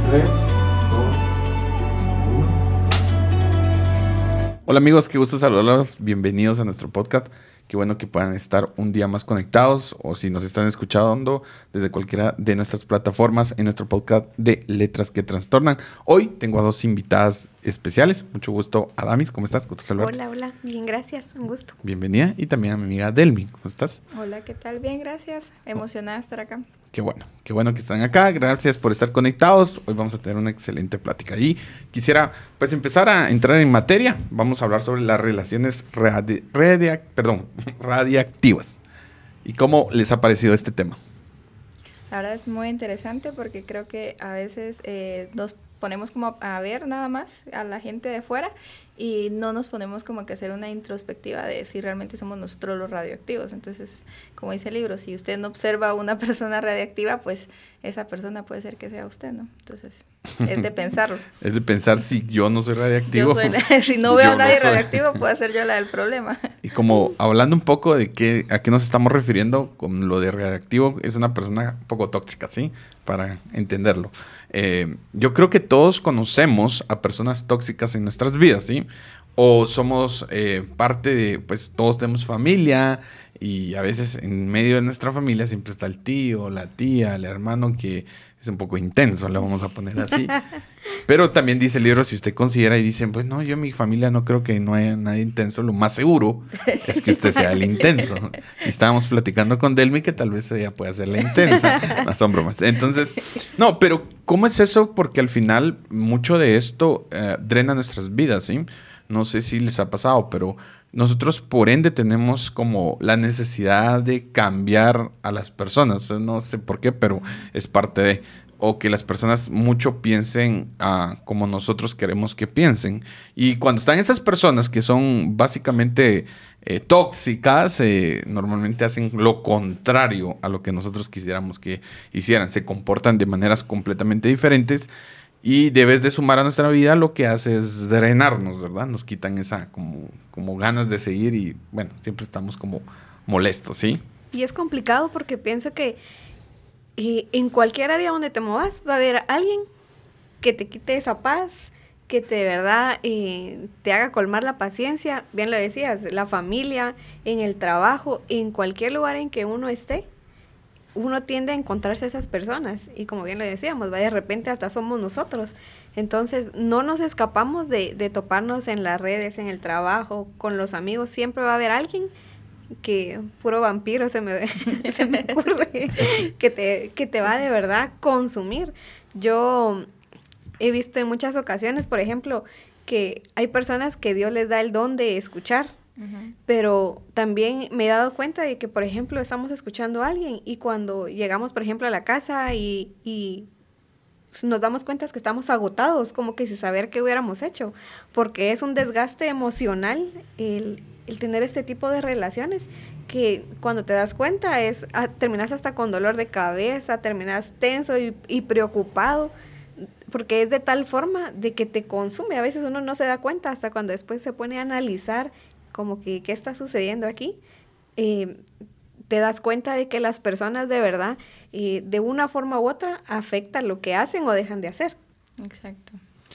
3, 2, 1. Hola amigos, qué gusto saludarlos. Bienvenidos a nuestro podcast. Qué bueno que puedan estar un día más conectados o si nos están escuchando desde cualquiera de nuestras plataformas en nuestro podcast de Letras que Trastornan. Hoy tengo a dos invitadas especiales. Mucho gusto, Adamis. ¿Cómo estás? Gusto saludarte. Hola. Bien, gracias. Un gusto. Bienvenida. Y también a mi amiga Delmi. ¿Cómo estás? Hola, ¿qué tal? Bien, gracias. Emocionada de estar acá. Qué bueno que están acá. Gracias por estar conectados. Hoy vamos a tener una excelente plática. Y quisiera pues empezar a entrar en materia. Vamos a hablar sobre las relaciones radiactivas. ¿Y cómo les ha parecido este tema? La verdad es muy interesante porque creo que a veces nos ponemos como a ver nada más a la gente de fuera y no nos ponemos como que hacer una introspectiva de si realmente somos nosotros los radioactivos. Entonces, como dice el libro, si usted no observa a una persona radiactiva, pues esa persona puede ser que sea usted, ¿no? Entonces, es de pensarlo. Es de pensar si yo no soy radioactivo. Si no veo a nadie radioactivo, puedo ser yo la del problema. Y como hablando un poco de a qué nos estamos refiriendo con lo de radioactivo, es una persona un poco tóxica, ¿sí? Para entenderlo. Yo creo que todos conocemos a personas tóxicas en nuestras vidas, ¿sí? O somos parte de, pues todos tenemos familia y a veces en medio de nuestra familia siempre está el tío, la tía, el hermano que es un poco intenso, le vamos a poner así. Pero también dice el libro, si usted considera y dice, pues no, yo en mi familia no creo que no haya nadie intenso, lo más seguro es que usted sea el intenso. Y estábamos platicando con Delmi que tal vez ella pueda ser la intensa. No son bromas. Entonces, no, pero ¿cómo es eso? Porque al final mucho de esto drena nuestras vidas, ¿sí? No sé si les ha pasado, pero nosotros por ende tenemos como la necesidad de cambiar a las personas. No sé por qué, pero es parte de... O que las personas mucho piensen como nosotros queremos que piensen. Y cuando están estas personas que son básicamente tóxicas, normalmente hacen lo contrario a lo que nosotros quisiéramos que hicieran. Se comportan de maneras completamente diferentes. Y debes de sumar a nuestra vida lo que hace es drenarnos, ¿verdad? Nos quitan esa como ganas de seguir y, bueno, siempre estamos como molestos, ¿sí? Y es complicado porque pienso que en cualquier área donde te muevas va a haber alguien que te quite esa paz, que de verdad te haga colmar la paciencia. Bien lo decías, la familia, en el trabajo, en cualquier lugar en que uno esté. Uno tiende a encontrarse esas personas y como bien lo decíamos, de repente hasta somos nosotros. Entonces no nos escapamos de toparnos en las redes, en el trabajo, con los amigos. Siempre va a haber alguien que, puro vampiro se me ocurre, que te va de verdad consumir. Yo he visto en muchas ocasiones, por ejemplo, que hay personas que Dios les da el don de escuchar. Uh-huh. Pero también me he dado cuenta de que, por ejemplo, estamos escuchando a alguien y cuando llegamos, por ejemplo, a la casa y nos damos cuenta que estamos agotados, como que sin saber qué hubiéramos hecho, porque es un desgaste emocional el tener este tipo de relaciones que cuando te das cuenta terminas hasta con dolor de cabeza, terminas tenso y preocupado, porque es de tal forma de que te consume. A veces uno no se da cuenta hasta cuando después se pone a analizar como que qué está sucediendo aquí, te das cuenta de que las personas de verdad, de una forma u otra, afectan lo que hacen o dejan de hacer. Exacto.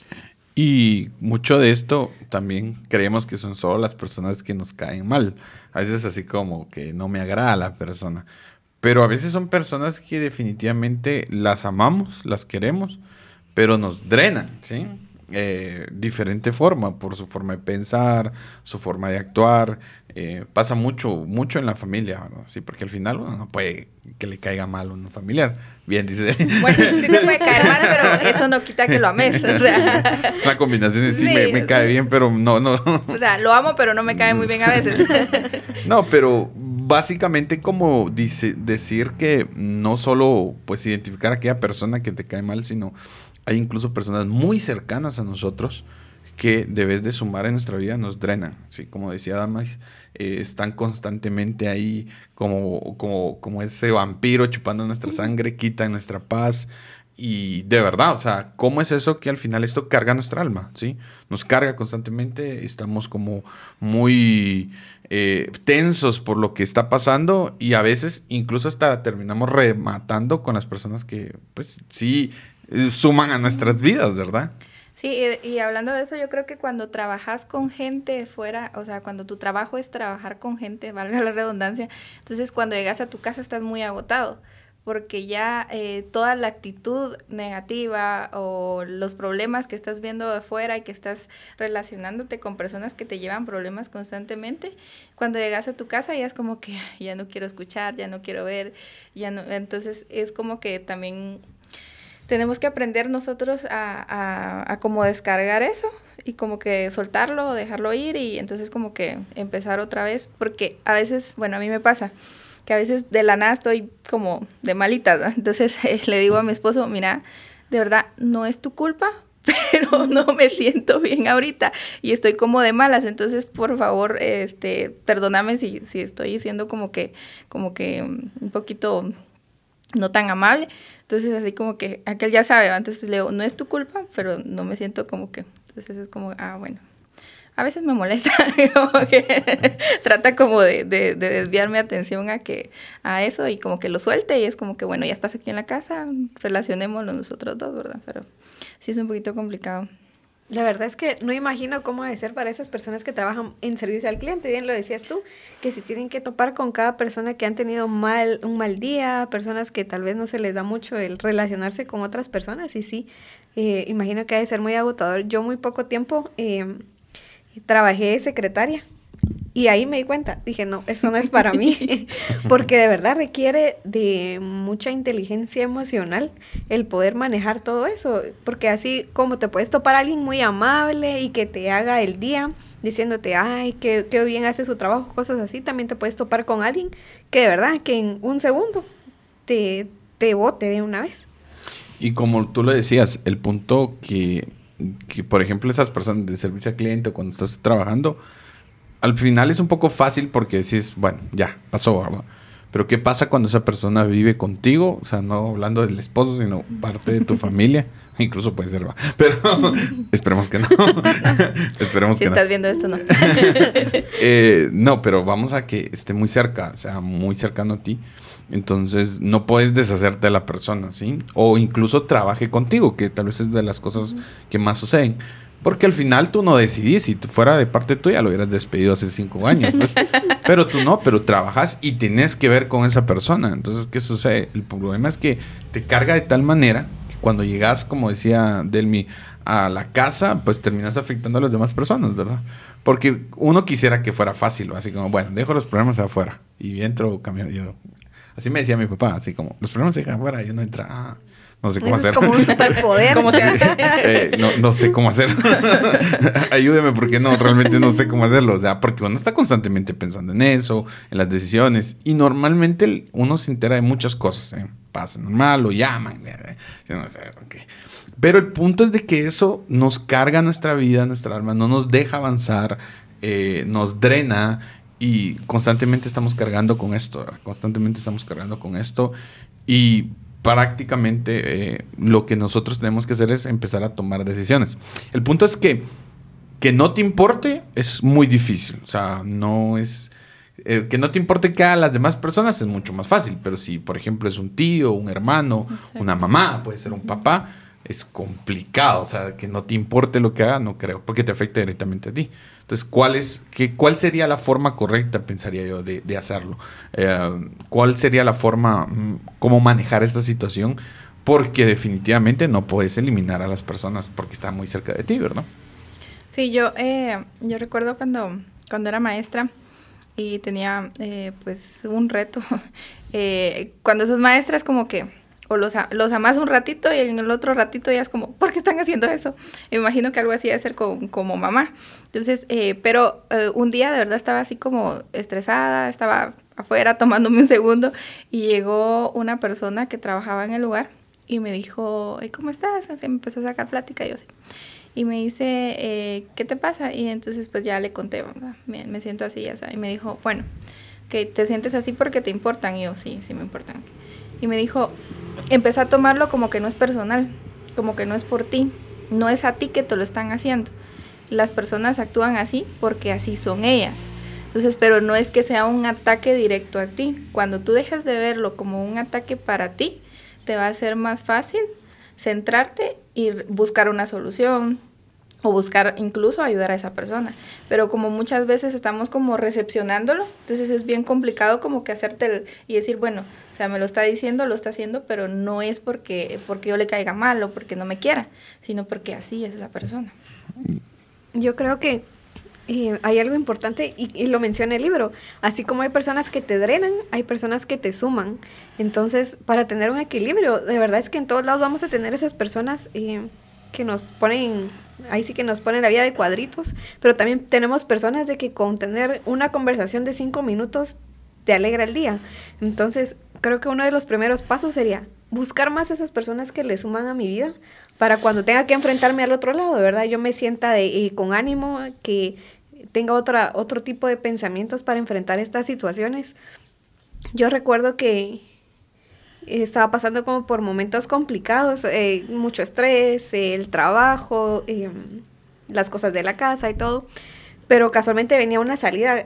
Y mucho de esto también creemos que son solo las personas que nos caen mal. A veces así como que no me agrada la persona. Pero a veces son personas que definitivamente las amamos, las queremos, pero nos drenan, ¿sí? Diferente forma, por su forma de pensar, su forma de actuar. Pasa mucho en la familia, ¿no? Sí, porque al final uno no puede que le caiga mal a un familiar. Bien, dice. Bueno, sí te puede caer mal, pero eso no quita que lo ames. O sea, es una combinación de sí, me cae bien, pero no. O sea, lo amo, pero no me cae muy bien a veces. No, pero básicamente como decir que no solo pues identificar a aquella persona que te cae mal, sino hay incluso personas muy cercanas a nosotros que debes de sumar en nuestra vida, nos drenan, ¿sí? Como decía Damas, están constantemente ahí como ese vampiro chupando nuestra sangre, quitan nuestra paz. Y de verdad, o sea, ¿cómo es eso que al final esto carga nuestra alma? ¿Sí? Nos carga constantemente, estamos como muy tensos por lo que está pasando y a veces incluso hasta terminamos rematando con las personas que, pues sí, suman a nuestras vidas, ¿verdad? Sí, y hablando de eso, yo creo que cuando trabajas con gente fuera, o sea, cuando tu trabajo es trabajar con gente, valga la redundancia, entonces cuando llegas a tu casa estás muy agotado, porque ya toda la actitud negativa o los problemas que estás viendo de afuera y que estás relacionándote con personas que te llevan problemas constantemente, cuando llegas a tu casa ya es como que ya no quiero escuchar, ya no quiero ver, ya no, entonces es como que también tenemos que aprender nosotros a como descargar eso y como que soltarlo, dejarlo ir y entonces como que empezar otra vez, porque a veces, bueno, a mí me pasa que a veces de la nada estoy como de malita, ¿no? Entonces le digo a mi esposo, mira, de verdad, no es tu culpa, pero no me siento bien ahorita y estoy como de malas, entonces por favor, perdóname si estoy siendo como que un poquito no tan amable, entonces así como que aquel ya sabe, entonces le digo, no es tu culpa, pero no me siento como que, entonces es como, bueno. A veces me molesta, como que trata como de desviar mi atención a eso y como que lo suelte y es como que, bueno, ya estás aquí en la casa, relacionémonos nosotros dos, ¿verdad? Pero sí es un poquito complicado. La verdad es que no imagino cómo debe ser para esas personas que trabajan en servicio al cliente. Bien lo decías tú, que si tienen que topar con cada persona que han tenido un mal día, personas que tal vez no se les da mucho el relacionarse con otras personas. Y sí, imagino que debe ser muy agotador. Yo muy poco tiempo trabajé de secretaria y ahí me di cuenta, dije, no, eso no es para mí, porque de verdad requiere de mucha inteligencia emocional el poder manejar todo eso, porque así como te puedes topar a alguien muy amable y que te haga el día diciéndote, ay, qué bien hace su trabajo, cosas así, también te puedes topar con alguien que de verdad, que en un segundo te bote de una vez. Y como tú lo decías, el punto que por ejemplo esas personas de servicio al cliente cuando estás trabajando, al final es un poco fácil porque decís, bueno, ya, pasó, ¿verdad? Pero ¿qué pasa cuando esa persona vive contigo? O sea, no hablando del esposo, sino parte de tu familia. Incluso puede ser, ¿va? Pero esperemos que no. Esperemos que no. Si estás viendo esto, no. No, pero vamos a que esté muy cerca, o sea, muy cercano a ti. Entonces, no puedes deshacerte de la persona, ¿sí? O incluso trabaje contigo, que tal vez es de las cosas que más suceden. Porque al final tú no decidís, si fuera de parte tuya lo hubieras despedido hace 5 años. Pues. Pero tú no, pero trabajas y tienes que ver con esa persona. Entonces, ¿qué sucede? El problema es que te carga de tal manera que cuando llegas, como decía Delmi, a la casa, pues terminas afectando a las demás personas, ¿verdad? Porque uno quisiera que fuera fácil, así como, bueno, dejo los problemas afuera y entro, cambio, yo. Así me decía mi papá, así como, los problemas se dejan afuera, yo no entro, no sé cómo hacer. Es como un superpoder. ¿Cómo se no sé cómo hacer. Ayúdeme porque realmente no sé cómo hacerlo. O sea, porque uno está constantemente pensando en eso, en las decisiones. Y normalmente uno se entera de muchas cosas. Pasa normal, lo llaman. Yo no sé, okay. Pero el punto es de que eso nos carga nuestra vida, nuestra alma, no nos deja avanzar, nos drena. Y constantemente estamos cargando con esto, ¿verdad? Constantemente estamos cargando con esto. Y prácticamente lo que nosotros tenemos que hacer es empezar a tomar decisiones. El punto es que no te importe es muy difícil. O sea, no es... que no te importe que a las demás personas es mucho más fácil. Pero si, por ejemplo, es un tío, un hermano, exacto, una mamá, puede ser un papá, es complicado. O sea, que no te importe lo que haga, no creo, porque te afecta directamente a ti. Entonces, ¿cuál sería la forma correcta, pensaría yo, de hacerlo? ¿Cuál sería la forma, cómo manejar esta situación? Porque definitivamente no puedes eliminar a las personas porque están muy cerca de ti, ¿verdad? Sí, yo recuerdo cuando era maestra y tenía pues un reto. Cuando sos maestra es como que o los amás un ratito y en el otro ratito ya es como, ¿por qué están haciendo eso? Me imagino que algo así debe ser como mamá. Entonces, pero un día de verdad estaba así como estresada, estaba afuera tomándome un segundo y llegó una persona que trabajaba en el lugar y me dijo, ¿cómo estás? Así me empezó a sacar plática y yo así. Y me dice, ¿qué te pasa? Y entonces pues ya le conté, ¿verdad? Me siento así, ya sabes. Y me dijo, bueno, que te sientes así porque te importan. Y yo, sí me importan. Y me dijo, empecé a tomarlo como que no es personal, como que no es por ti, no es a ti que te lo están haciendo. Las personas actúan así porque así son ellas. Entonces, pero no es que sea un ataque directo a ti. Cuando tú dejas de verlo como un ataque para ti, te va a ser más fácil centrarte y buscar una solución o buscar incluso ayudar a esa persona. Pero como muchas veces estamos como recepcionándolo, entonces es bien complicado como que hacerte y decir, bueno, o sea, me lo está diciendo, lo está haciendo, pero no es porque yo le caiga mal o porque no me quiera, sino porque así es la persona. Yo creo que hay algo importante y lo menciona el libro. Así como hay personas que te drenan, hay personas que te suman. Entonces, para tener un equilibrio, de verdad es que en todos lados vamos a tener esas personas que nos ponen, ahí sí que nos ponen la vida de cuadritos, pero también tenemos personas de que con tener una conversación de 5 minutos te alegra el día. Entonces, creo que uno de los primeros pasos sería buscar más a esas personas que le suman a mi vida para cuando tenga que enfrentarme al otro lado, ¿verdad? Yo me sienta con ánimo, que tenga otro tipo de pensamientos para enfrentar estas situaciones. Yo recuerdo que estaba pasando como por momentos complicados, mucho estrés, el trabajo, las cosas de la casa y todo, pero casualmente venía una salida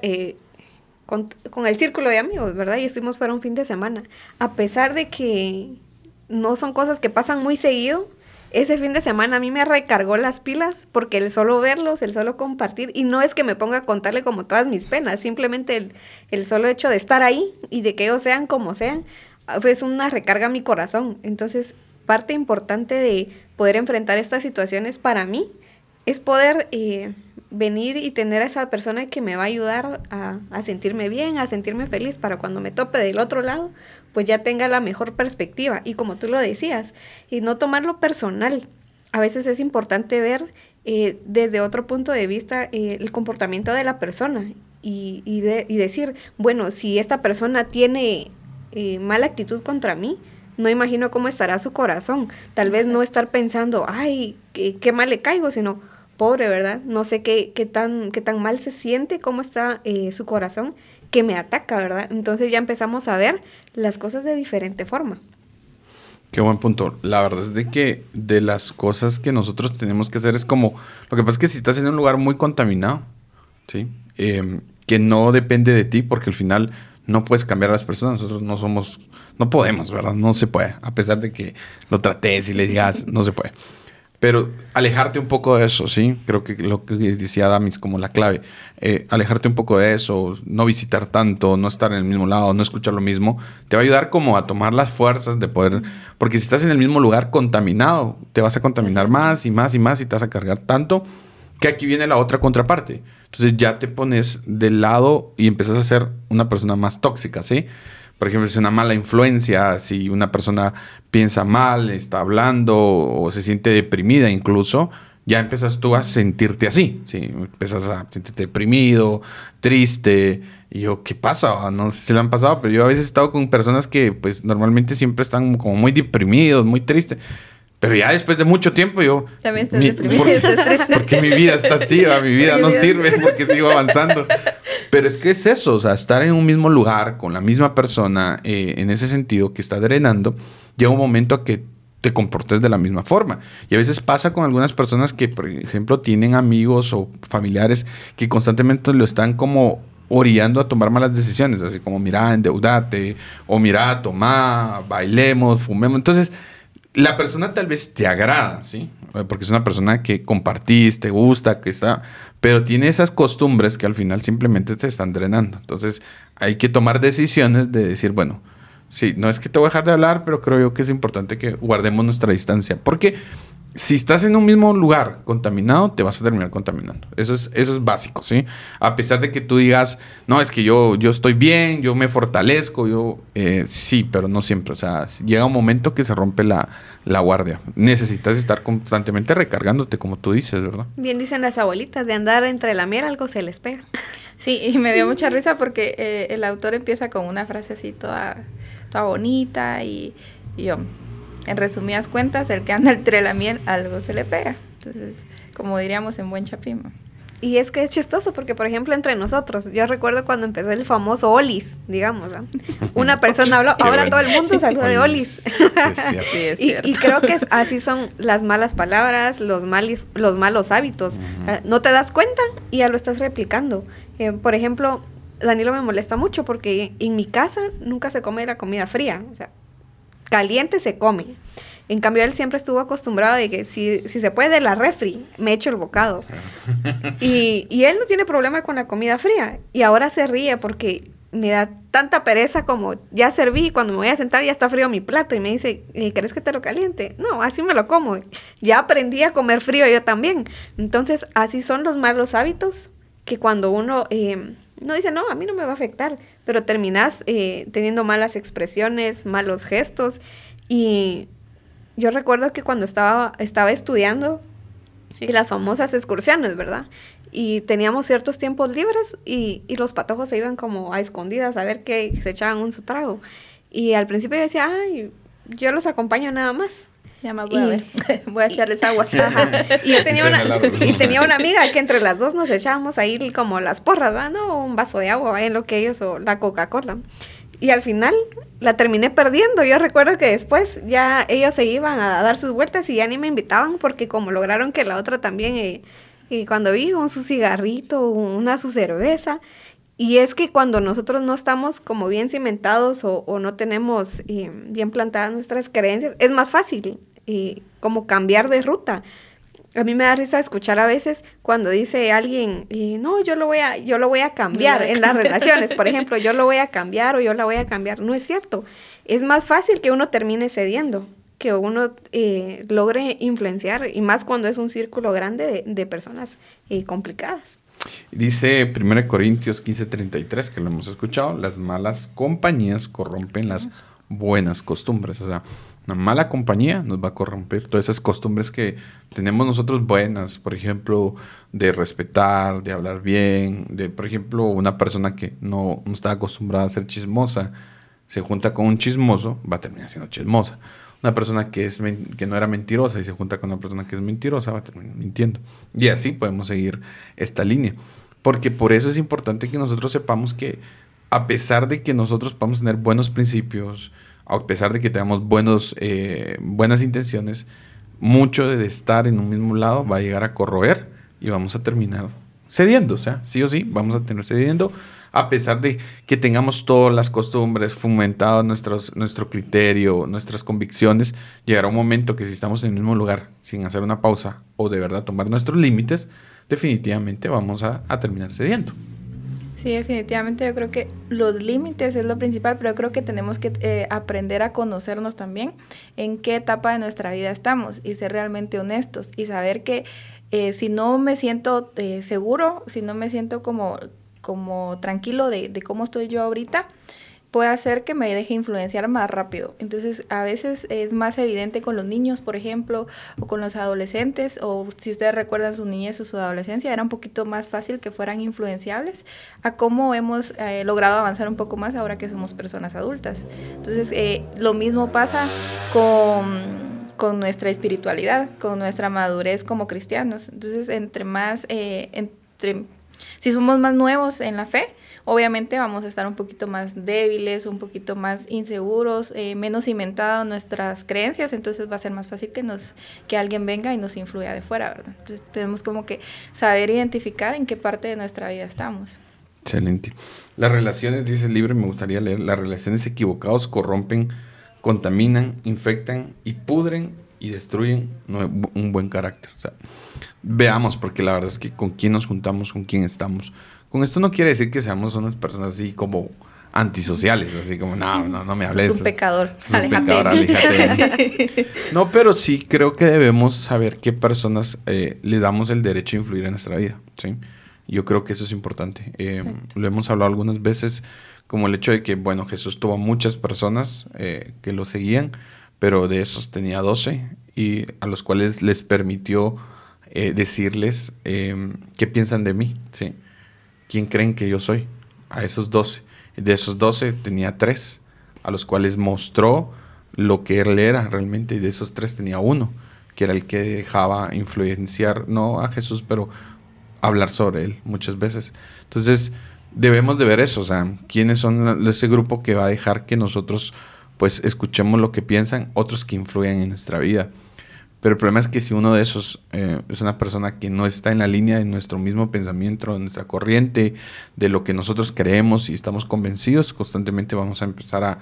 con el círculo de amigos, ¿verdad? Y estuvimos fuera un fin de semana. A pesar de que no son cosas que pasan muy seguido, ese fin de semana a mí me recargó las pilas porque el solo verlos, el solo compartir, y no es que me ponga a contarle como todas mis penas, simplemente el solo hecho de estar ahí y de que ellos sean como sean, es una recarga a mi corazón. Entonces, parte importante de poder enfrentar estas situaciones para mí es poder venir y tener a esa persona que me va a ayudar a sentirme bien, a sentirme feliz, para cuando me tope del otro lado, pues ya tenga la mejor perspectiva. Y como tú lo decías, y no tomarlo personal. A veces es importante ver desde otro punto de vista el comportamiento de la persona y decir, bueno, si esta persona tiene mala actitud contra mí, no imagino cómo estará su corazón. Tal vez no estar pensando, ay, qué mal le caigo, sino, pobre, ¿verdad? No sé qué tan mal se siente, cómo está su corazón, que me ataca, ¿verdad? Entonces ya empezamos a ver las cosas de diferente forma. Qué buen punto. La verdad es de que de las cosas que nosotros tenemos que hacer es como, lo que pasa es que si estás en un lugar muy contaminado, ¿sí? Que no depende de ti, porque al final no puedes cambiar a las personas. Nosotros no podemos, ¿verdad? No se puede. A pesar de que lo trates y le digas, no se puede. Pero alejarte un poco de eso, ¿sí? Creo que lo que decía Damis como la clave. Alejarte un poco de eso, no visitar tanto, no estar en el mismo lado, no escuchar lo mismo, te va a ayudar como a tomar las fuerzas de poder... Porque si estás en el mismo lugar contaminado, te vas a contaminar más y más y más y te vas a cargar tanto que aquí viene la otra contraparte. Entonces ya te pones del lado y empiezas a ser una persona más tóxica, ¿sí? Por ejemplo, si una mala influencia, si una persona piensa mal, está hablando o se siente deprimida incluso, ya empiezas tú a sentirte así, ¿sí? Empiezas a sentirte deprimido, triste. Y yo, ¿qué pasa? No sé si le han pasado, pero yo a veces he estado con personas que pues normalmente siempre están como muy deprimidos, muy tristes. Pero ya después de mucho tiempo yo... También estás deprimido, estás triste. Porque mi vida está así, mi vida no sirve porque sigo avanzando. Pero es que es eso, o sea, estar en un mismo lugar con la misma persona, en ese sentido que está drenando, llega un momento a que te comportes de la misma forma. Y a veces pasa con algunas personas que, por ejemplo, tienen amigos o familiares que constantemente lo están como orillando a tomar malas decisiones, así como, mira, endeudate, o mira, toma, bailemos, fumemos. Entonces, la persona tal vez te agrada, ¿sí? Porque es una persona que compartís, te gusta, que está... Pero tiene esas costumbres que al final simplemente te están drenando. Entonces, hay que tomar decisiones de decir, bueno, sí, no es que te voy a dejar de hablar, pero creo yo que es importante que guardemos nuestra distancia. Porque si estás en un mismo lugar contaminado, te vas a terminar contaminando. Eso es básico, ¿sí? A pesar de que tú digas, no, es que yo estoy bien, yo me fortalezco, sí, pero no siempre. O sea, llega un momento que se rompe la guardia. Necesitas estar constantemente recargándote, como tú dices, ¿verdad? Bien dicen las abuelitas, de andar entre la miel algo se les pega. Sí, y me dio mucha risa porque el autor empieza con una frase así toda bonita y yo... En resumidas cuentas, el que anda entre la miel, algo se le pega. Entonces, como diríamos en buen chapín. Y es que es chistoso porque, por ejemplo, entre nosotros, yo recuerdo cuando empezó el famoso Olis, digamos, ¿no? Una persona habló, ahora bueno. Todo el mundo saluda de Olis. Sí, es cierto. Y creo que así son las malas palabras, los malos hábitos. Uh-huh. No te das cuenta y ya lo estás replicando. Por ejemplo, Danilo me molesta mucho porque en mi casa nunca se come la comida fría, o sea, caliente se come. En cambio, él siempre estuvo acostumbrado de que si se puede de la refri, me echo el bocado. Y él no tiene problema con la comida fría. Y ahora se ríe porque me da tanta pereza como ya serví y cuando me voy a sentar ya está frío mi plato. Y me dice, ¿querés que te lo caliente? No, así me lo como. Ya aprendí a comer frío yo también. Entonces, así son los malos hábitos que cuando uno no dice, no, a mí no me va a afectar, pero terminas teniendo malas expresiones, malos gestos. Y yo recuerdo que cuando estaba estudiando las famosas excursiones, ¿verdad? Y teníamos ciertos tiempos libres y los patojos se iban como a escondidas a ver qué se echaban un su trago. Y al principio yo decía, ay, yo los acompaño nada más. Ya más voy a ver, voy a echarles agua. Y yo tenía una amiga que entre las dos nos echábamos ahí como las porras, ¿va? ¿No? Un vaso de agua, ¿va? En lo que ellos, o la Coca-Cola. Y al final la terminé perdiendo. Yo recuerdo que después ya ellos se iban a dar sus vueltas y ya ni me invitaban porque como lograron que la otra también, cuando vi su cigarrito, su cerveza. Y es que cuando nosotros no estamos como bien cimentados o no tenemos bien plantadas nuestras creencias, es más fácil como cambiar de ruta. A mí me da risa escuchar a veces cuando dice alguien, no, yo lo voy a cambiar en las relaciones. Por ejemplo, yo lo voy a cambiar o yo la voy a cambiar. No es cierto. Es más fácil que uno termine cediendo, que uno logre influenciar, y más cuando es un círculo grande de personas complicadas. Dice 1 Corintios 15:33, que lo hemos escuchado, las malas compañías corrompen las buenas costumbres. O sea, una mala compañía nos va a corromper todas esas costumbres que tenemos nosotros buenas, por ejemplo, de respetar, de hablar bien, por ejemplo, una persona que no está acostumbrada a ser chismosa, se junta con un chismoso, va a terminar siendo chismosa. Una persona que no era mentirosa y se junta con una persona que es mentirosa, va a terminar mintiendo. Y así podemos seguir esta línea. Porque por eso es importante que nosotros sepamos que a pesar de que nosotros podamos tener buenos principios, a pesar de que tengamos buenas intenciones, mucho de estar en un mismo lado va a llegar a corroer y vamos a terminar cediendo. O sea, sí o sí, vamos a terminar cediendo. A pesar de que tengamos todas las costumbres, fomentado nuestro criterio, nuestras convicciones, llegará un momento que si estamos en el mismo lugar, sin hacer una pausa o de verdad tomar nuestros límites, definitivamente vamos a terminar cediendo. Sí, definitivamente yo creo que los límites es lo principal, pero yo creo que tenemos que aprender a conocernos también en qué etapa de nuestra vida estamos y ser realmente honestos y saber que si no me siento seguro, si no me siento como tranquilo de cómo estoy yo ahorita, puede hacer que me deje influenciar más rápido. Entonces, a veces es más evidente con los niños, por ejemplo, o con los adolescentes, o si ustedes recuerdan su niñez o su adolescencia, era un poquito más fácil que fueran influenciables a cómo hemos logrado avanzar un poco más ahora que somos personas adultas. Entonces, lo mismo pasa con nuestra espiritualidad, con nuestra madurez como cristianos. Entonces, si somos más nuevos en la fe, obviamente vamos a estar un poquito más débiles, un poquito más inseguros, menos cimentadas nuestras creencias, entonces va a ser más fácil que alguien venga y nos influya de fuera, ¿verdad? Entonces tenemos como que saber identificar en qué parte de nuestra vida estamos. Excelente. Las relaciones, dice el libro, me gustaría leer, las relaciones equivocadas corrompen, contaminan, infectan y pudren y destruyen un buen carácter. O sea, veamos, porque la verdad es que con quién nos juntamos, con quién estamos. Con esto no quiere decir que seamos unas personas así como antisociales, así como, no me hables. Es un pecador, aléjate. No, pero sí creo que debemos saber qué personas le damos el derecho a influir en nuestra vida, ¿sí? Yo creo que eso es importante. Lo hemos hablado algunas veces, como el hecho de que, bueno, Jesús tuvo muchas personas que lo seguían, pero de esos tenía 12 y a los cuales les permitió decirles qué piensan de mí, ¿sí? ¿Quién creen que yo soy? A esos 12. De esos 12 tenía 3, a los cuales mostró lo que él era realmente, y de esos 3 tenía 1, que era el que dejaba influenciar, no a Jesús, pero hablar sobre él muchas veces. Entonces, debemos de ver eso, o sea, quiénes son ese grupo que va a dejar que nosotros pues escuchemos lo que piensan, otros que influyen en nuestra vida. Pero el problema es que si uno de esos es una persona que no está en la línea de nuestro mismo pensamiento, de nuestra corriente, de lo que nosotros creemos y estamos convencidos, constantemente vamos a empezar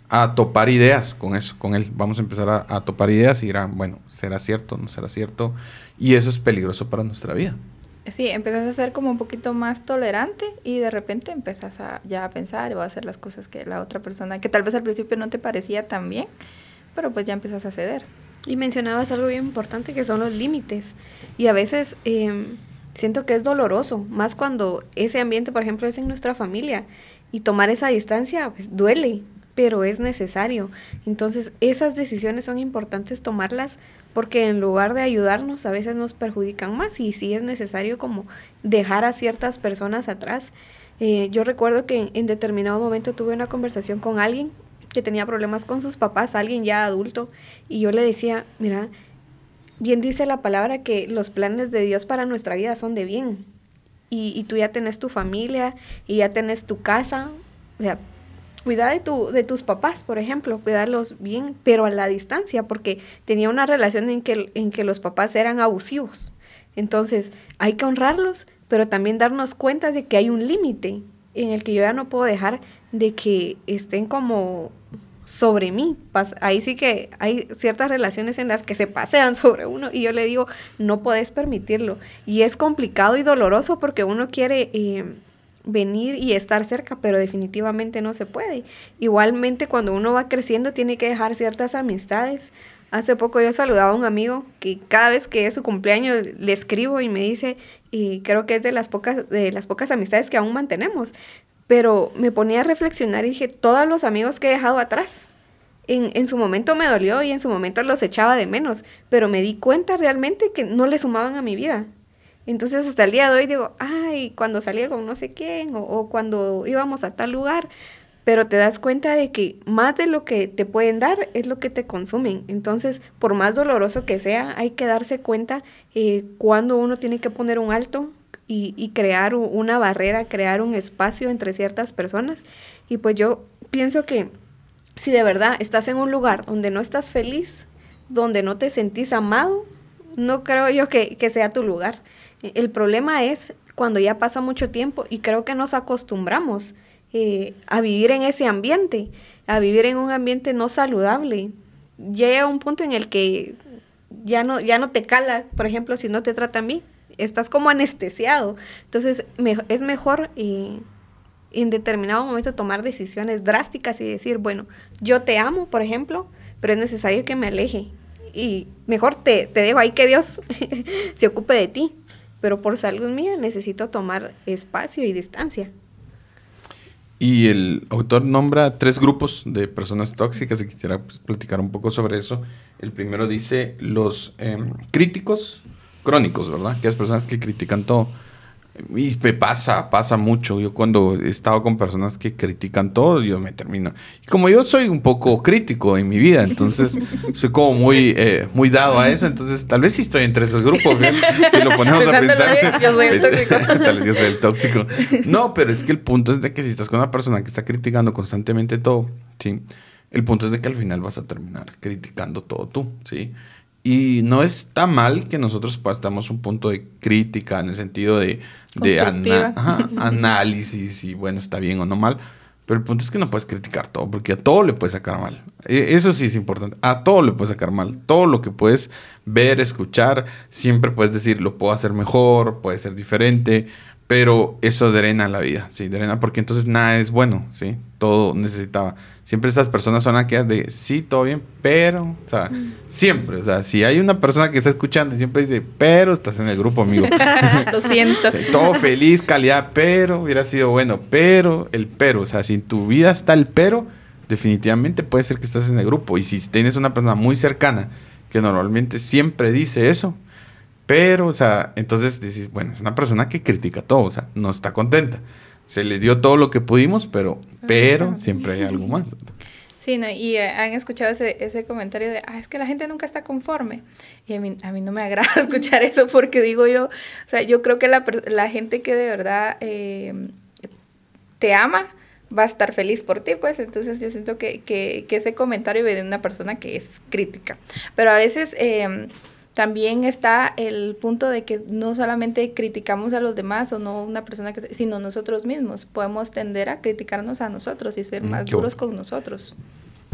a topar ideas con eso, con él. Vamos a empezar a topar ideas y dirán, bueno, ¿será cierto? ¿No será cierto? Y eso es peligroso para nuestra vida. Sí, empezás a ser como un poquito más tolerante y de repente empezás ya a pensar o a hacer las cosas que la otra persona, que tal vez al principio no te parecía tan bien, pero pues ya empezás a ceder. Y mencionabas algo bien importante que son los límites. Y a veces siento que es doloroso, más cuando ese ambiente, por ejemplo, es en nuestra familia. Y tomar esa distancia pues, duele, pero es necesario. Entonces, esas decisiones son importantes tomarlas porque en lugar de ayudarnos, a veces nos perjudican más. Y sí es necesario como dejar a ciertas personas atrás. Yo recuerdo que en determinado momento tuve una conversación con alguien que tenía problemas con sus papás, alguien ya adulto, y yo le decía, mira, bien dice la palabra que los planes de Dios para nuestra vida son de bien, y tú ya tenés tu familia, y ya tenés tu casa, o sea, cuida de tus papás, por ejemplo, cuidarlos bien, pero a la distancia, porque tenía una relación en que los papás eran abusivos, entonces hay que honrarlos, pero también darnos cuenta de que hay un límite en el que yo ya no puedo dejar de que estén como sobre mí. Ahí sí que hay ciertas relaciones en las que se pasean sobre uno y yo le digo, no podés permitirlo. Y es complicado y doloroso porque uno quiere venir y estar cerca, pero definitivamente no se puede. Igualmente cuando uno va creciendo tiene que dejar ciertas amistades. Hace poco yo saludaba a un amigo que cada vez que es su cumpleaños le escribo y me dice, y creo que es de las pocas amistades que aún mantenemos, pero me ponía a reflexionar y dije, todos los amigos que he dejado atrás, en su momento me dolió y en su momento los echaba de menos, pero me di cuenta realmente que no le sumaban a mi vida. Entonces hasta el día de hoy digo, ay, cuando salía con no sé quién o cuando íbamos a tal lugar, pero te das cuenta de que más de lo que te pueden dar es lo que te consumen. Entonces, por más doloroso que sea, hay que darse cuenta cuando uno tiene que poner un alto y crear una barrera, crear un espacio entre ciertas personas. Y pues yo pienso que si de verdad estás en un lugar donde no estás feliz, donde no te sentís amado, no creo yo que sea tu lugar. El problema es cuando ya pasa mucho tiempo y creo que nos acostumbramos a vivir en ese ambiente, a vivir en un ambiente no saludable. Llega un punto en el que ya no te cala, por ejemplo, si no te tratan bien, estás como anestesiado. Entonces es mejor en determinado momento tomar decisiones drásticas y decir, bueno, yo te amo, por ejemplo, pero es necesario que me aleje y mejor te dejo ahí que Dios se ocupe de ti, pero por salud mía necesito tomar espacio y distancia. Y el autor nombra 3 grupos de personas tóxicas y quisiera pues, platicar un poco sobre eso. El primero dice los críticos crónicos, ¿verdad? Aquellas personas que critican todo. Y me pasa mucho. Yo cuando he estado con personas que critican todo, yo me termino. Y como yo soy un poco crítico en mi vida, entonces soy como muy dado a eso. Entonces tal vez sí estoy entre esos grupos. ¿Bien? Si lo ponemos a pensar. Yo soy el tóxico. Tal vez yo soy el tóxico. No, pero es que el punto es de que si estás con una persona que está criticando constantemente todo, ¿sí? El punto es de que al final vas a terminar criticando todo tú, ¿sí? Y no está mal que nosotros partamos un punto de crítica en el sentido de análisis y bueno, está bien o no mal, pero el punto es que no puedes criticar todo porque a todo le puedes sacar mal. Eso sí es importante, a todo le puedes sacar mal. Todo lo que puedes ver, escuchar, siempre puedes decir, lo puedo hacer mejor, puede ser diferente, pero eso drena la vida, ¿sí? Drena porque entonces nada es bueno, ¿sí? Todo necesitaba. Siempre estas personas son aquellas de, sí, todo bien, pero, o sea, siempre, o sea, si hay una persona que está escuchando y siempre dice, pero estás en el grupo, amigo. Lo siento. O sea, todo feliz, calidad, pero, hubiera sido bueno, pero, o sea, si en tu vida está el pero, definitivamente puede ser que estás en el grupo. Y si tienes una persona muy cercana que normalmente siempre dice eso, pero, o sea, entonces dices, bueno, es una persona que critica todo, o sea, no está contenta. Se le dio todo lo que pudimos, pero siempre hay algo más. Sí, no, y han escuchado ese comentario de, es que la gente nunca está conforme. Y a mí no me agrada escuchar eso porque digo yo, o sea, yo creo que la gente que de verdad te ama va a estar feliz por ti, pues. Entonces yo siento que ese comentario viene de una persona que es crítica. Pero a veces también está el punto de que no solamente criticamos a los demás o no una persona, sino nosotros mismos. Podemos tender a criticarnos a nosotros y ser más duros con nosotros.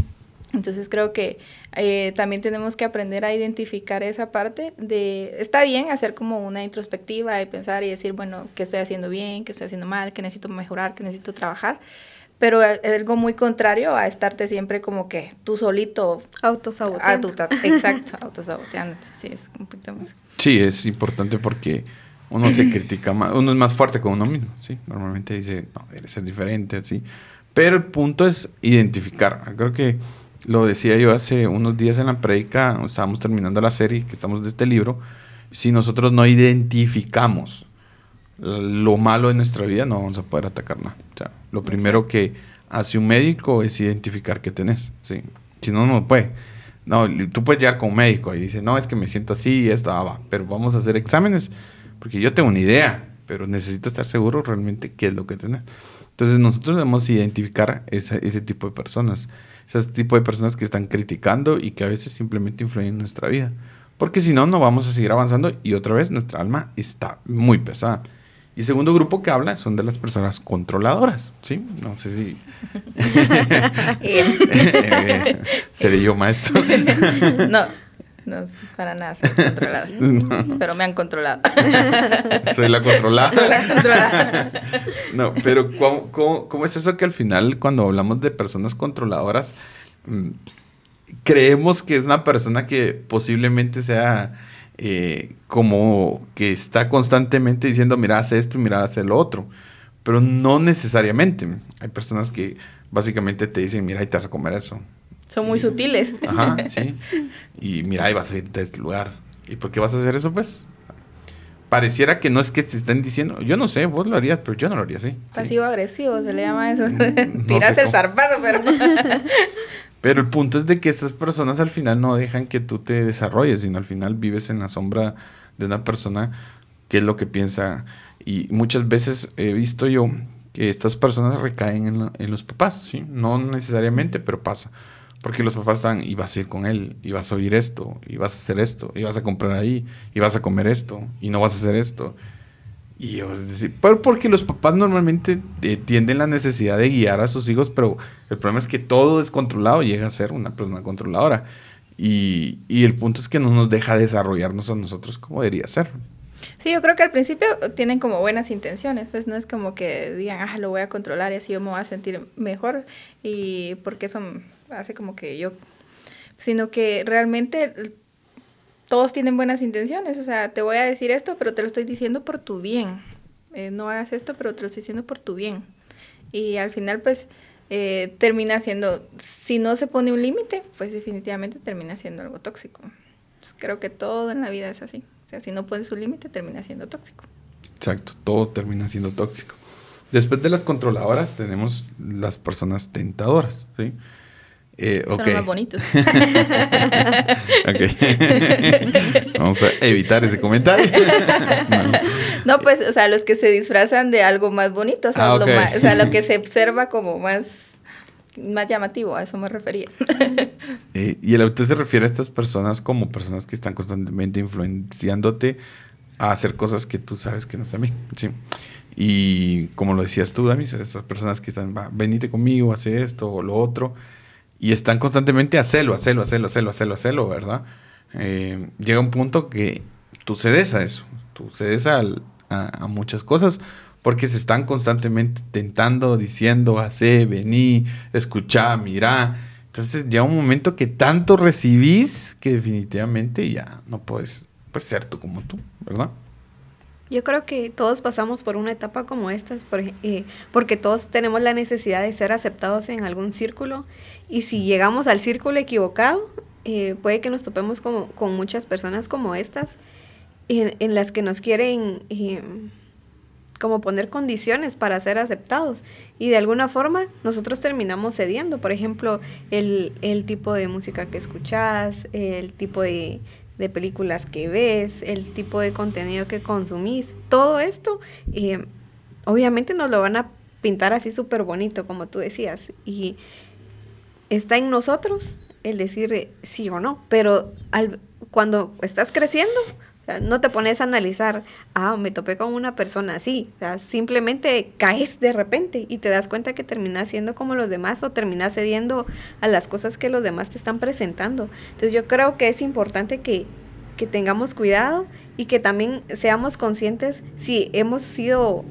Entonces creo que también tenemos que aprender a identificar esa parte de, está bien hacer como una introspectiva y pensar y decir, bueno, ¿qué estoy haciendo bien? ¿Qué estoy haciendo mal? ¿Qué necesito mejorar? ¿Qué necesito trabajar? Pero es algo muy contrario a estarte siempre como que tú solito autosaboteando. Exacto, autosaboteándote. Sí, es un poquito más. Sí, es importante porque uno se critica más, uno es más fuerte con uno mismo, ¿sí? Normalmente dice, no, debe ser diferente, ¿sí? Pero el punto es identificar. Creo que lo decía yo hace unos días en la prédica, estábamos terminando la serie que estamos de este libro. Si nosotros no identificamos lo malo de nuestra vida, no vamos a poder atacar nada. O sea, lo primero que hace un médico es identificar qué tenés, ¿sí? Si no, no puede. No, tú puedes llegar con un médico y dice, no, es que me siento así y esto, va, pero vamos a hacer exámenes, porque yo tengo una idea, pero necesito estar seguro realmente qué es lo que tenés. Entonces nosotros debemos identificar ese tipo de personas, ese tipo de personas que están criticando y que a veces simplemente influyen en nuestra vida, porque si no, no vamos a seguir avanzando y otra vez nuestra alma está muy pesada. Y el segundo grupo que habla son de las personas controladoras, ¿sí? No sé si... ¿Seré yo maestro? No, para nada soy controlada. No. Pero me han controlado. Soy la controlada. Soy la controlada. No, pero ¿cómo es eso que al final cuando hablamos de personas controladoras creemos que es una persona que posiblemente sea... como que está constantemente diciendo, mira, hace esto y mira, hace lo otro. Pero no necesariamente. Hay personas que básicamente te dicen, mira, y te vas a comer eso. Son muy sutiles. Ajá, sí. Y mira, y vas a irte a este lugar. ¿Y por qué vas a hacer eso, pues? Pareciera que no es que te estén diciendo, yo no sé, vos lo harías, pero yo no lo haría así. Pasivo-agresivo se le llama eso. No Tiras sé el zarpazo, pero... Pero el punto es de que estas personas al final no dejan que tú te desarrolles, sino al final vives en la sombra de una persona que es lo que piensa. Y muchas veces he visto yo que estas personas recaen en los papás, ¿sí? No necesariamente, pero pasa. Porque los papás están, y vas a ir con él, y vas a oír esto, y vas a hacer esto, y vas a comprar ahí, y vas a comer esto, y no vas a hacer esto. Y yo, es decir, porque los papás normalmente tienden la necesidad de guiar a sus hijos, pero el problema es que todo descontrolado llega a ser una persona controladora. Y el punto es que no nos deja desarrollarnos a nosotros como debería ser. Sí, yo creo que al principio tienen como buenas intenciones, pues no es como que digan, lo voy a controlar y así yo me voy a sentir mejor, y porque eso hace como que yo... Sino que realmente... Todos tienen buenas intenciones, o sea, te voy a decir esto, pero te lo estoy diciendo por tu bien. No hagas esto, pero te lo estoy diciendo por tu bien. Y al final, pues, termina siendo, si no se pone un límite, pues definitivamente termina siendo algo tóxico. Pues creo que todo en la vida es así. O sea, si no pones un límite, termina siendo tóxico. Exacto, todo termina siendo tóxico. Después de las controladoras tenemos las personas tentadoras, ¿sí? Son los más bonitos. Vamos a evitar ese comentario. No, pues, o sea, los que se disfrazan de algo más bonito, o sea, lo que se observa como más llamativo, a eso me refería. Y el autor se refiere a estas personas como personas que están constantemente influenciándote a hacer cosas que tú sabes que no están bien, ¿sí? Y como lo decías tú, Damis, esas personas que están, venite conmigo, hace esto o lo otro. Y están constantemente hacerlo, ¿verdad? Llega un punto que tú cedes a eso. Tú cedes a muchas cosas porque se están constantemente tentando, diciendo, hacé, vení, escuchá, mirá. Entonces llega un momento que tanto recibís que definitivamente ya no puedes ser tú como tú, ¿verdad? Yo creo que todos pasamos por una etapa como estas, porque todos tenemos la necesidad de ser aceptados en algún círculo, y si llegamos al círculo equivocado, puede que nos topemos con muchas personas como estas, en las que nos quieren como poner condiciones para ser aceptados, y de alguna forma nosotros terminamos cediendo. Por ejemplo, el tipo de música que escuchás, el tipo de películas que ves, el tipo de contenido que consumís, todo esto, obviamente nos lo van a pintar así súper bonito, como tú decías, y está en nosotros el decir sí o no, pero cuando estás creciendo, sea, no te pones a analizar, me topé con una persona así. O sea, simplemente caes de repente y te das cuenta que terminas siendo como los demás o terminas cediendo a las cosas que los demás te están presentando. Entonces yo creo que es importante que tengamos cuidado y que también seamos conscientes si hemos sido,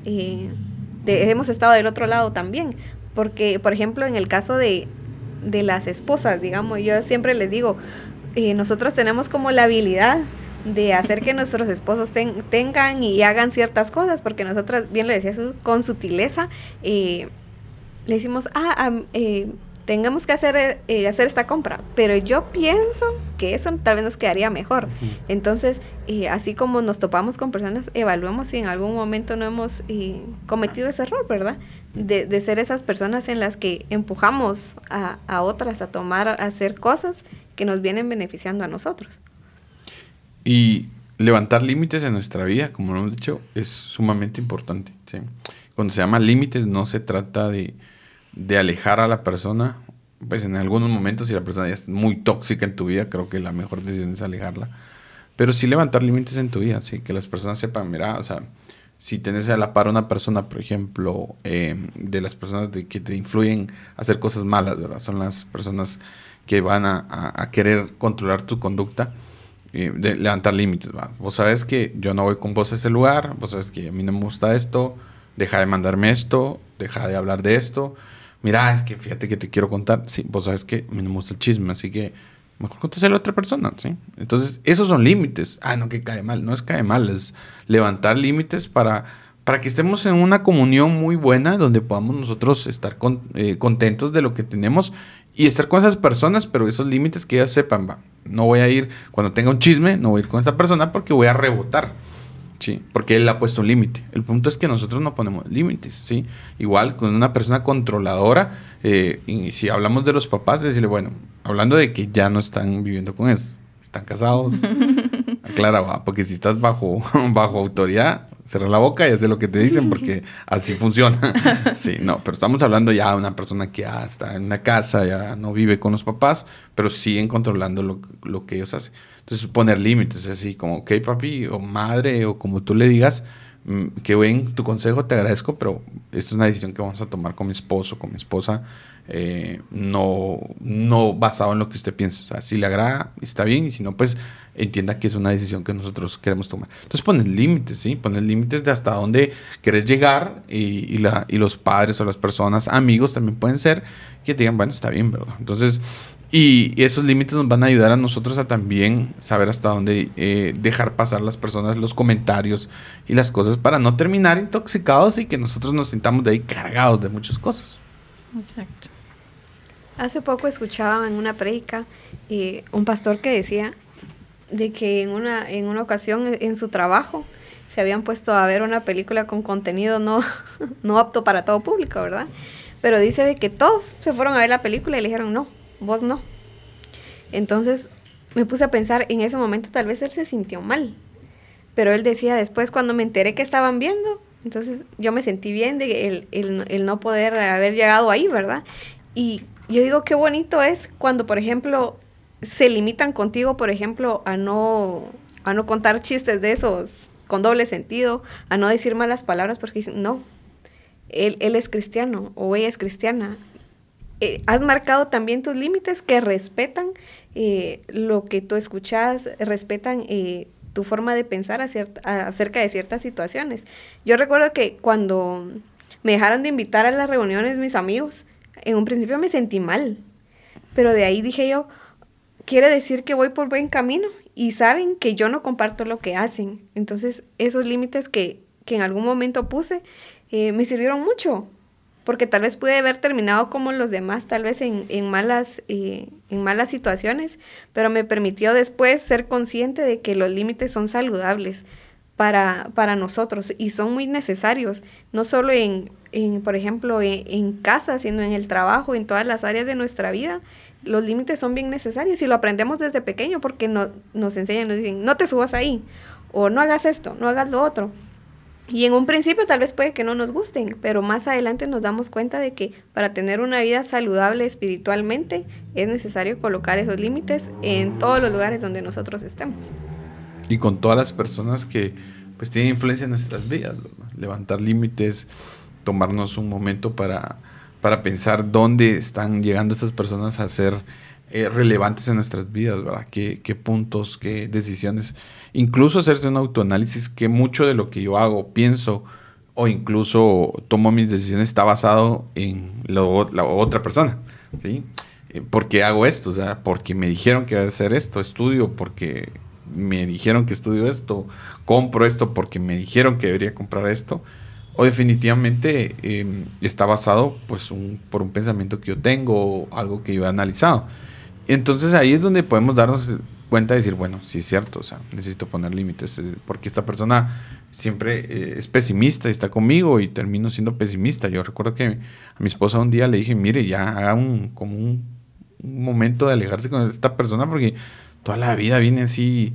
hemos estado del otro lado también. Porque, por ejemplo, en el caso de las esposas, digamos, yo siempre les digo, nosotros tenemos como la habilidad de hacer que nuestros esposos tengan y hagan ciertas cosas, porque nosotras, bien le decía con sutileza, le decimos, tengamos que hacer esta compra, pero yo pienso que eso tal vez nos quedaría mejor. Entonces, así como nos topamos con personas, evaluemos si en algún momento no hemos cometido ese error, ¿verdad? De ser esas personas en las que empujamos a otras a hacer cosas que nos vienen beneficiando a nosotros. Y levantar límites en nuestra vida, como lo hemos dicho, es sumamente importante, ¿sí? Cuando se llama límites, no se trata de alejar a la persona. Pues en algunos momentos, si la persona ya es muy tóxica en tu vida, creo que la mejor decisión es alejarla. Pero sí levantar límites en tu vida, ¿sí? Que las personas sepan, mira, o sea, si tenés a la par una persona, por ejemplo, de las personas que te influyen a hacer cosas malas, ¿verdad? Son las personas que van a querer controlar tu conducta, de levantar límites, ¿va? Vos sabes que yo no voy con vos a ese lugar, vos sabes que a mí no me gusta esto, deja de mandarme esto, deja de hablar de esto. Mira, es que fíjate que te quiero contar. Sí, vos sabes que a mí no me gusta el chisme, así que mejor contáselo a otra persona, ¿sí? Entonces, esos son límites. No que cae mal. No es cae mal, es levantar límites para que estemos en una comunión muy buena donde podamos nosotros estar contentos de lo que tenemos y estar con esas personas, pero esos límites que ellas sepan, va. No voy a ir, cuando tenga un chisme, no voy a ir con esa persona porque voy a rebotar. Sí, porque él ha puesto un límite. El punto es que nosotros no ponemos límites, ¿sí? Igual con una persona controladora, y si hablamos de los papás, decirle, bueno, hablando de que ya no están viviendo con él, están casados, aclara, va, porque si estás bajo autoridad, cierra la boca y haz lo que te dicen, porque así funciona. Sí, no, pero estamos hablando ya de una persona que ya está en una casa, ya no vive con los papás, pero siguen controlando lo que ellos hacen. Entonces, poner límites, así como, ok, papi, o madre, o como tú le digas, qué buen tu consejo, te agradezco, pero esta es una decisión que vamos a tomar con mi esposo, con mi esposa, no basado en lo que usted piensa. O sea, si le agrada, está bien, y si no, pues entienda que es una decisión que nosotros queremos tomar. Entonces, poner límites, ¿sí? Poner límites de hasta dónde querés llegar, y los padres o las personas, amigos también pueden ser, que te digan, bueno, está bien, ¿verdad? Entonces, y esos límites nos van a ayudar a nosotros a también saber hasta dónde dejar pasar las personas, los comentarios y las cosas para no terminar intoxicados y que nosotros nos sintamos de ahí cargados de muchas cosas. Exacto. Hace poco escuchaba en una prédica un pastor que decía de que en una ocasión en su trabajo se habían puesto a ver una película con contenido no apto para todo público, ¿verdad? Pero dice de que todos se fueron a ver la película y le dijeron, no, vos no. Entonces me puse a pensar, en ese momento tal vez él se sintió mal, pero él decía después, cuando me enteré que estaban viendo, entonces yo me sentí bien de el no poder haber llegado ahí, ¿verdad? Y yo digo, qué bonito es cuando, por ejemplo, se limitan contigo, por ejemplo, a no contar chistes de esos con doble sentido, a no decir malas palabras, porque dicen, no, él es cristiano o ella es cristiana. Has marcado también tus límites que respetan lo que tú escuchas, respetan tu forma de pensar acerca de ciertas situaciones. Yo recuerdo que cuando me dejaron de invitar a las reuniones mis amigos, en un principio me sentí mal, pero de ahí dije yo, quiere decir que voy por buen camino y saben que yo no comparto lo que hacen. Entonces esos límites que en algún momento puse me sirvieron mucho, porque tal vez pude haber terminado como los demás, tal vez en malas situaciones, pero me permitió después ser consciente de que los límites son saludables para nosotros y son muy necesarios, no solo por ejemplo, en casa, sino en el trabajo, en todas las áreas de nuestra vida. Los límites son bien necesarios y lo aprendemos desde pequeño porque nos enseñan, nos dicen, no te subas ahí, o no hagas esto, no hagas lo otro. Y en un principio tal vez puede que no nos gusten, pero más adelante nos damos cuenta de que para tener una vida saludable espiritualmente es necesario colocar esos límites en todos los lugares donde nosotros estemos. y con todas las personas que pues tienen influencia en nuestras vidas, ¿verdad? Levantar límites, tomarnos un momento para pensar dónde están llegando estas personas a ser relevantes en nuestras vidas, ¿verdad? ¿Qué puntos, qué decisiones? Incluso hacerte un autoanálisis, que mucho de lo que yo hago, pienso o incluso tomo mis decisiones está basado en la otra persona, ¿sí? ¿Por qué hago esto? O sea, porque me dijeron que voy a hacer esto, estudio porque me dijeron que estudio esto, compro esto porque me dijeron que debería comprar esto, o definitivamente está basado pues por un pensamiento que yo tengo o algo que yo he analizado. Entonces ahí es donde podemos darnos cuenta de decir, bueno, sí es cierto, o sea, necesito poner límites, porque esta persona siempre es pesimista y está conmigo y termino siendo pesimista. Yo recuerdo que a mi esposa un día le dije, mire, ya haga como un momento de alejarse con esta persona porque toda la vida viene así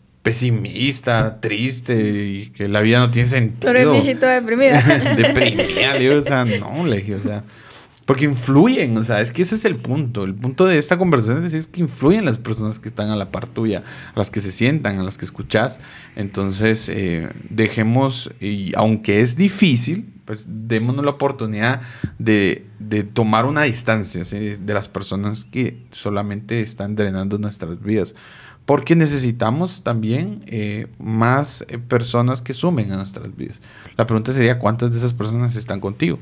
pesimista, triste y que la vida no tiene sentido. Tú eres viejito deprimida. Deprimida, le digo, o sea, no, le dije, o sea, porque influyen, o sea, es que ese es el punto. El punto de esta conversación es decir, que influyen las personas que están a la par tuya, a las que se sientan, a las que escuchas. Entonces, dejemos, y aunque es difícil, pues démonos la oportunidad de tomar una distancia, ¿sí? De las personas que solamente están drenando nuestras vidas. Porque necesitamos también más personas que sumen a nuestras vidas. La pregunta sería, ¿cuántas de esas personas están contigo?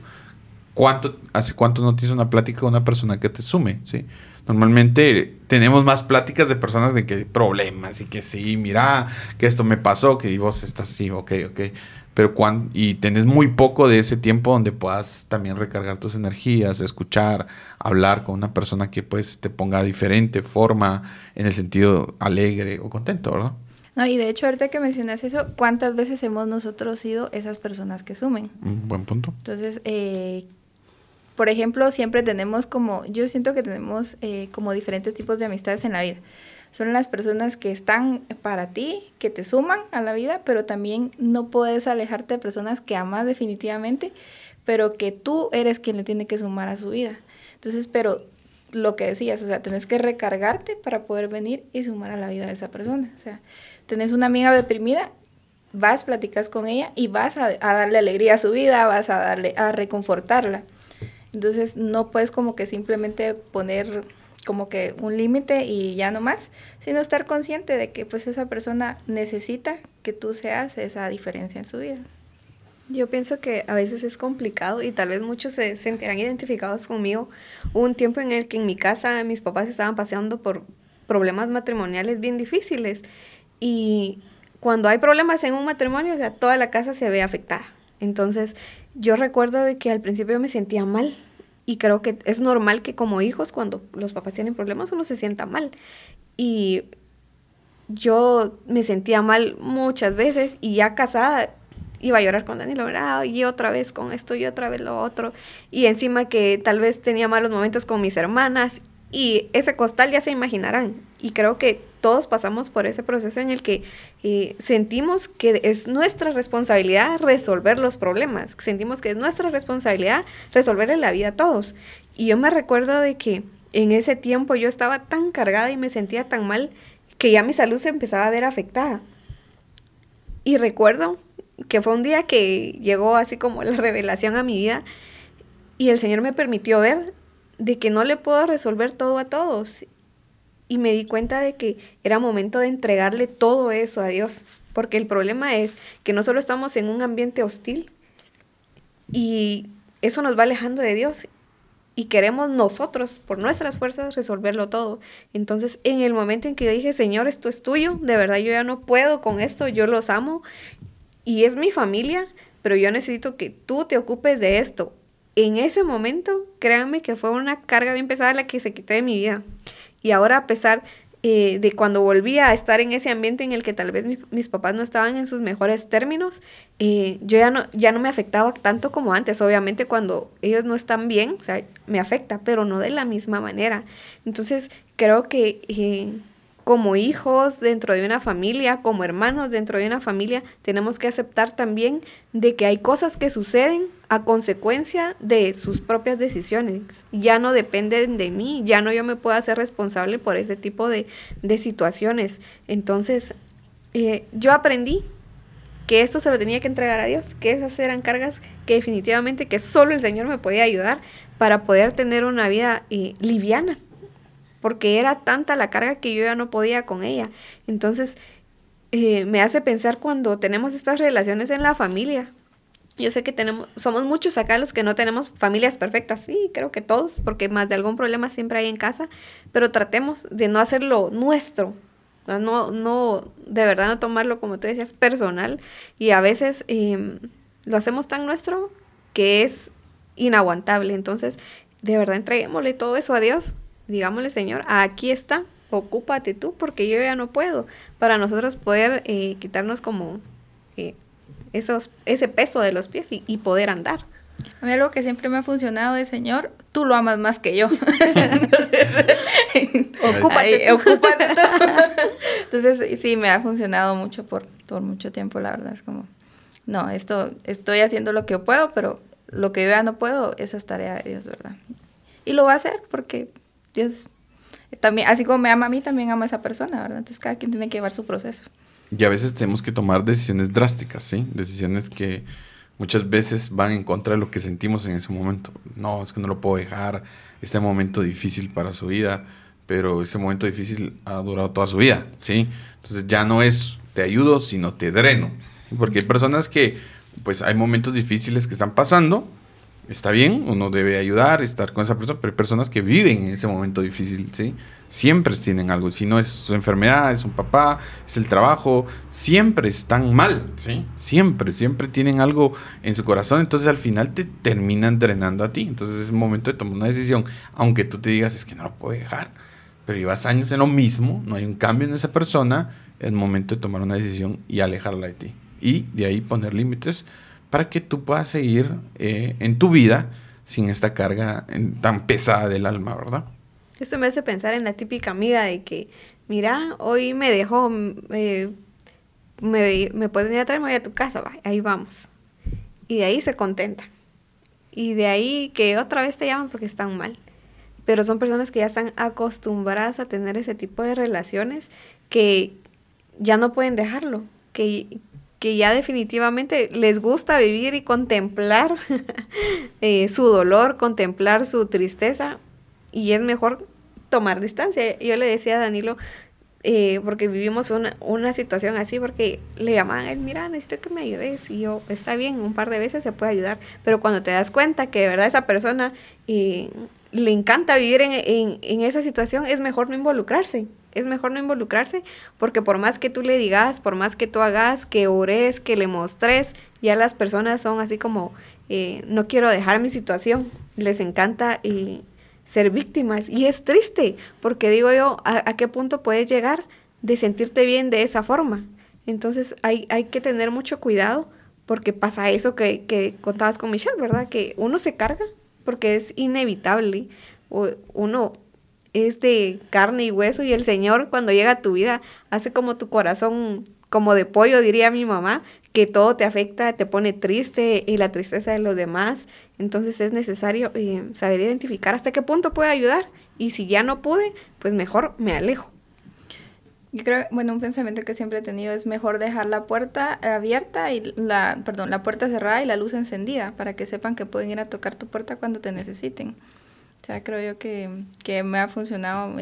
¿Hace cuánto no tienes una plática con una persona que te sume? ¿Sí? Normalmente tenemos más pláticas de personas de que problemas y que sí, mira, que esto me pasó, que vos estás así, ok. Pero y tenés muy poco de ese tiempo donde puedas también recargar tus energías, escuchar, hablar con una persona que pues te ponga diferente forma en el sentido alegre o contento, ¿verdad? No, y de hecho, ahorita que mencionas eso, ¿cuántas veces hemos nosotros sido esas personas que sumen? Buen punto. Entonces, por ejemplo, siempre tenemos yo siento que tenemos como diferentes tipos de amistades en la vida. Son las personas que están para ti, que te suman a la vida, pero también no puedes alejarte de personas que amas definitivamente, pero que tú eres quien le tiene que sumar a su vida. Entonces, pero lo que decías, o sea, tenés que recargarte para poder venir y sumar a la vida de esa persona. O sea, tenés una amiga deprimida, vas, platicas con ella y vas a darle alegría a su vida, vas a reconfortarla. Entonces, no puedes como que simplemente poner como que un límite y ya no más, sino estar consciente de que pues esa persona necesita que tú seas esa diferencia en su vida. Yo pienso que a veces es complicado y tal vez muchos se sentirán identificados conmigo. Hubo un tiempo en el que en mi casa mis papás estaban pasando por problemas matrimoniales bien difíciles y cuando hay problemas en un matrimonio, o sea, toda la casa se ve afectada. Entonces, yo recuerdo de que al principio me sentía mal. Y creo que es normal que como hijos, cuando los papás tienen problemas, uno se sienta mal. Y yo me sentía mal muchas veces y ya casada iba a llorar con Daniel, y otra vez con esto y otra vez lo otro. Y encima que tal vez tenía malos momentos con mis hermanas y ese costal ya se imaginarán. Y creo que todos pasamos por ese proceso en el que sentimos que es nuestra responsabilidad resolver los problemas. Sentimos que es nuestra responsabilidad resolverle la vida a todos. Y yo me recuerdo de que en ese tiempo yo estaba tan cargada y me sentía tan mal que ya mi salud se empezaba a ver afectada. Y recuerdo que fue un día que llegó así como la revelación a mi vida y el Señor me permitió ver de que no le puedo resolver todo a todos. Y me di cuenta de que era momento de entregarle todo eso a Dios. Porque el problema es que no solo estamos en un ambiente hostil y eso nos va alejando de Dios. Y queremos nosotros, por nuestras fuerzas, resolverlo todo. Entonces, en el momento en que yo dije, Señor, esto es tuyo, de verdad yo ya no puedo con esto, yo los amo y es mi familia, pero yo necesito que tú te ocupes de esto. En ese momento, créanme que fue una carga bien pesada la que se quitó de mi vida. Y ahora, a pesar de cuando volví a estar en ese ambiente en el que tal vez mis papás no estaban en sus mejores términos, yo ya no me afectaba tanto como antes. Obviamente cuando ellos no están bien, o sea, me afecta, pero no de la misma manera. Entonces, creo que como hijos dentro de una familia, como hermanos dentro de una familia, tenemos que aceptar también de que hay cosas que suceden a consecuencia de sus propias decisiones. Ya no dependen de mí, ya no yo me puedo hacer responsable por ese tipo de situaciones. Entonces, yo aprendí que esto se lo tenía que entregar a Dios, que esas eran cargas que definitivamente que solo el Señor me podía ayudar para poder tener una vida liviana, porque era tanta la carga que yo ya no podía con ella. Entonces, me hace pensar cuando tenemos estas relaciones en la familia. Yo sé que somos muchos acá los que no tenemos familias perfectas, sí, creo que todos, porque más de algún problema siempre hay en casa, pero tratemos de no hacerlo nuestro. No, de verdad no tomarlo, como tú decías, personal, y a veces lo hacemos tan nuestro que es inaguantable. Entonces, de verdad, entreguémosle todo eso a Dios, digámosle, Señor, aquí está, ocúpate tú, porque yo ya no puedo, para nosotros poder quitarnos como ese peso de los pies y poder andar. A mí algo que siempre me ha funcionado es, Señor, tú lo amas más que yo. Ocúpate tú. Entonces, sí, me ha funcionado mucho por mucho tiempo, la verdad. Es como, no, estoy haciendo lo que yo puedo, pero lo que yo ya no puedo, eso es tarea de Dios, ¿verdad? Y lo va a hacer porque Dios también, así como me ama a mí, también ama a esa persona, ¿verdad? Entonces, cada quien tiene que llevar su proceso. Y a veces tenemos que tomar decisiones drásticas, ¿sí? Decisiones que muchas veces van en contra de lo que sentimos en ese momento. No, es que no lo puedo dejar, este momento difícil para su vida, pero ese momento difícil ha durado toda su vida, ¿sí? Entonces ya no es te ayudo, sino te dreno. Porque hay personas que, pues hay momentos difíciles que están pasando, está bien, uno debe ayudar, estar con esa persona, pero hay personas que viven en ese momento difícil, ¿sí? Siempre tienen algo, si no es su enfermedad, es un papá, es el trabajo, siempre están mal, ¿sí? Siempre tienen algo en su corazón, entonces al final te terminan drenando a ti. Entonces es el momento de tomar una decisión, aunque tú te digas, es que no lo puedo dejar, pero llevas años en lo mismo, no hay un cambio en esa persona, es el momento de tomar una decisión y alejarla de ti. Y de ahí poner límites para que tú puedas seguir en tu vida sin esta carga tan pesada del alma, ¿verdad? Esto me hace pensar en la típica amiga de que, mira, hoy me dejó, me puedes venir a traer, me voy a tu casa, va, ahí vamos. Y de ahí se contenta. Y de ahí que otra vez te llaman porque están mal. Pero son personas que ya están acostumbradas a tener ese tipo de relaciones que ya no pueden dejarlo, que ya definitivamente les gusta vivir y contemplar su dolor, contemplar su tristeza, y es mejor tomar distancia. Yo le decía a Danilo, porque vivimos una situación así, porque le llamaban a él, mira, necesito que me ayudes, y yo, está bien, un par de veces se puede ayudar, pero cuando te das cuenta que de verdad esa persona le encanta vivir en esa situación, es mejor no involucrarse. Es mejor no involucrarse, porque por más que tú le digas, por más que tú hagas, que ores, que le mostres, ya las personas son así como, no quiero dejar mi situación. Les encanta ser víctimas. Y es triste, porque digo yo, ¿a qué punto puedes llegar de sentirte bien de esa forma? Entonces hay que tener mucho cuidado, porque pasa eso que contabas con Michelle, ¿verdad? Que uno se carga, porque es inevitable. Uno es de carne y hueso, y el Señor cuando llega a tu vida hace como tu corazón como de pollo, diría mi mamá, que todo te afecta, te pone triste, y la tristeza de los demás. Entonces es necesario saber identificar hasta qué punto puede ayudar, y si ya no pude, pues mejor me alejo. Yo creo, bueno, un pensamiento que siempre he tenido es mejor dejar la puerta abierta y la puerta cerrada y la luz encendida, para que sepan que pueden ir a tocar tu puerta cuando te necesiten. O sea, creo yo que me ha funcionado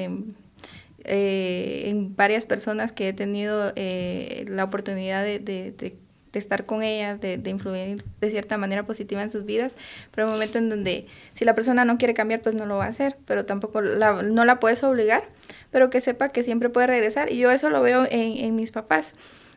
en varias personas que he tenido la oportunidad de estar con ellas, de influir de cierta manera positiva en sus vidas, pero hay un momento en donde si la persona no quiere cambiar, pues no lo va a hacer, pero tampoco no la puedes obligar, pero que sepa que siempre puede regresar. Y yo eso lo veo en mis papás,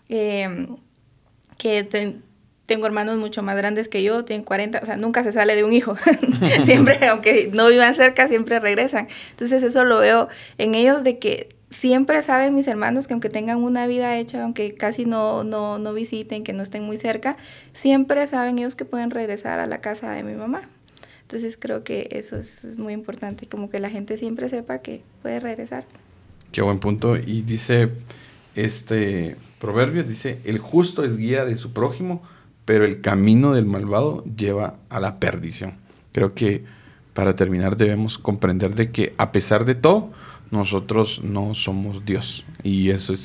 que tengo hermanos mucho más grandes que yo, tienen 40, o sea, nunca se sale de un hijo. Siempre, aunque no vivan cerca, siempre regresan. Entonces eso lo veo en ellos, de que siempre saben mis hermanos que aunque tengan una vida hecha, aunque casi no visiten, que no estén muy cerca, siempre saben ellos que pueden regresar a la casa de mi mamá. Entonces creo que eso es muy importante, como que la gente siempre sepa que puede regresar. Qué buen punto. Y dice este proverbio, dice, el justo es guía de su prójimo, pero el camino del malvado lleva a la perdición. Creo que para terminar debemos comprender de que a pesar de todo, nosotros no somos Dios, y eso es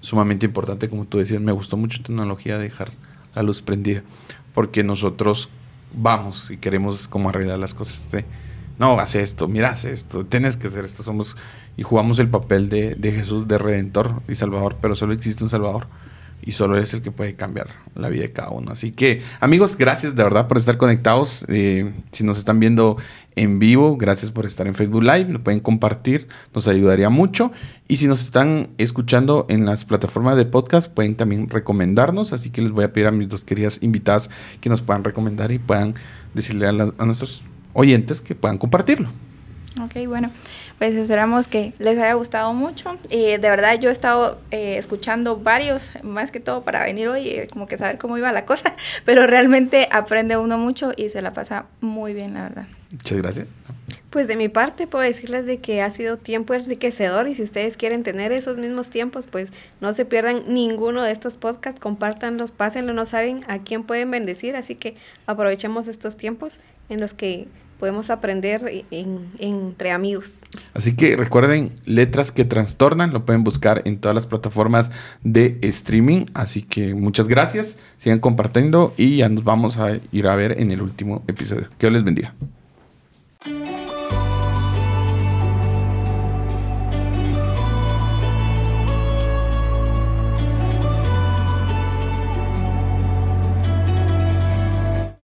sumamente importante, como tú decías. Me gustó mucho tu analogía de dejar la luz prendida, porque nosotros vamos y queremos como arreglar las cosas, ¿sí? No, haz esto, mira, haz esto, tienes que hacer esto. Y jugamos el papel de Jesús, de Redentor y Salvador, pero solo existe un Salvador. Y solo es el que puede cambiar la vida de cada uno. Así que, amigos, gracias de verdad por estar conectados. Si nos están viendo en vivo, gracias por estar en Facebook Live. Lo pueden compartir, nos ayudaría mucho. Y si nos están escuchando en las plataformas de podcast, pueden también recomendarnos. Así que les voy a pedir a mis dos queridas invitadas que nos puedan recomendar y puedan decirle a nuestros oyentes que puedan compartirlo. Ok, bueno, pues esperamos que les haya gustado mucho. De verdad yo he estado escuchando varios, más que todo para venir hoy, como que saber cómo iba la cosa, pero realmente aprende uno mucho y se la pasa muy bien, la verdad. Muchas gracias. Pues de mi parte puedo decirles de que ha sido tiempo enriquecedor y si ustedes quieren tener esos mismos tiempos, pues no se pierdan ninguno de estos podcasts, compártanlos, pásenlo, no saben a quién pueden bendecir, así que aprovechemos estos tiempos en los que podemos aprender entre amigos. Así que recuerden, Letras que Trastornan, lo pueden buscar en todas las plataformas de streaming. Así que muchas gracias, sigan compartiendo y ya nos vamos a ir a ver en el último episodio. Que Dios les bendiga.